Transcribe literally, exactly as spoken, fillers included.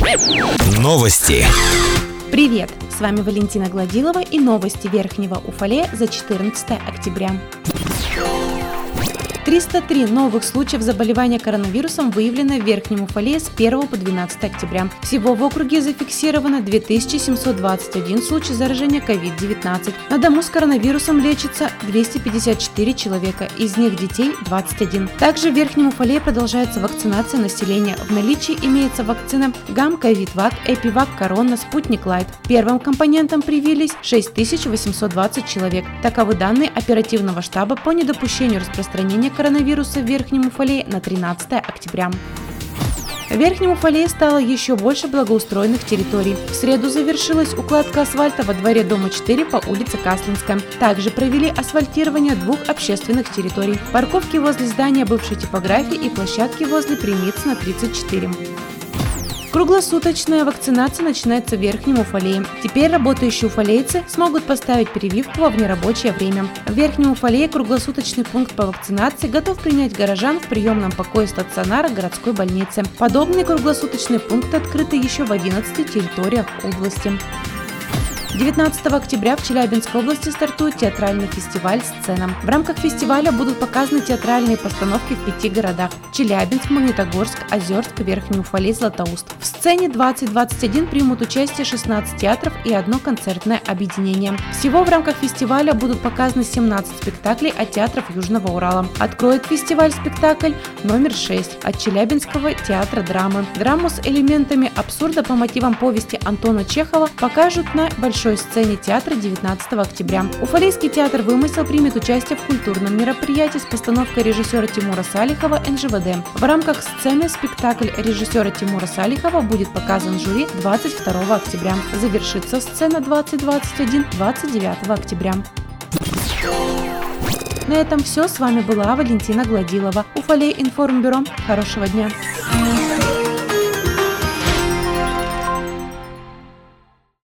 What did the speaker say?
Новости. Привет! С вами Валентина Гладилова и новости Верхнего Уфалея за четырнадцатое октября. триста три новых случаев заболевания коронавирусом выявлено в Верхнем Уфалее с первого по двенадцатое октября. Всего в округе зафиксировано две тысячи семьсот двадцать один случай заражения ковид девятнадцать. На дому с коронавирусом лечится двести пятьдесят четыре человека, из них детей двадцать один. Также в Верхнем Уфалее продолжается вакцинация населения. В наличии имеется вакцина Гам-Ковид-Вак, Эпивак, Корона, Спутник Лайт. Первым компонентом привились шесть тысяч восемьсот двадцать человек. Таковы данные оперативного штаба по недопущению распространения коронавируса в Верхнем Уфалее на тринадцатое октября. В Верхнем Уфалее стало еще больше благоустроенных территорий. В среду завершилась укладка асфальта во дворе дома четыре по улице Каслинская. Также провели асфальтирование двух общественных территорий. Парковки возле здания бывшей типографии и площадки возле Примицына тридцать четыре. Круглосуточная вакцинация начинается в Верхнем Уфалее. Теперь работающие уфалейцы смогут поставить прививку во внерабочее время. В Верхнем Уфалее круглосуточный пункт по вакцинации готов принять горожан в приемном покое стационара городской больницы. Подобные круглосуточные пункты открыты еще в одиннадцати территориях области. девятнадцатого октября в Челябинской области стартует театральный фестиваль «Сцена». В рамках фестиваля будут показаны театральные постановки в пяти городах – Челябинск, Магнитогорск, Озерск, Верхний Уфалей, Златоуст. В «Сцене двадцать двадцать один» примут участие шестнадцать театров и одно концертное объединение. Всего в рамках фестиваля будут показаны семнадцать спектаклей от театров Южного Урала. Откроет фестиваль спектакль номер шесть от Челябинского театра драмы. Драму с элементами абсурда по мотивам повести Антона Чехова покажут на большой сцене театра девятнадцатого октября. Уфалейский театр «Вымысел» примет участие в культурном мероприятии с постановкой режиссера Тимура Салихова «эн жэ вэ дэ». В рамках сцены спектакль режиссера Тимура Салихова будет показан жюри двадцать второго октября. Завершится сцена двадцать двадцать один двадцать девятого октября. На этом все. С вами была Валентина Гладилова. Уфалей информбюро. Хорошего дня.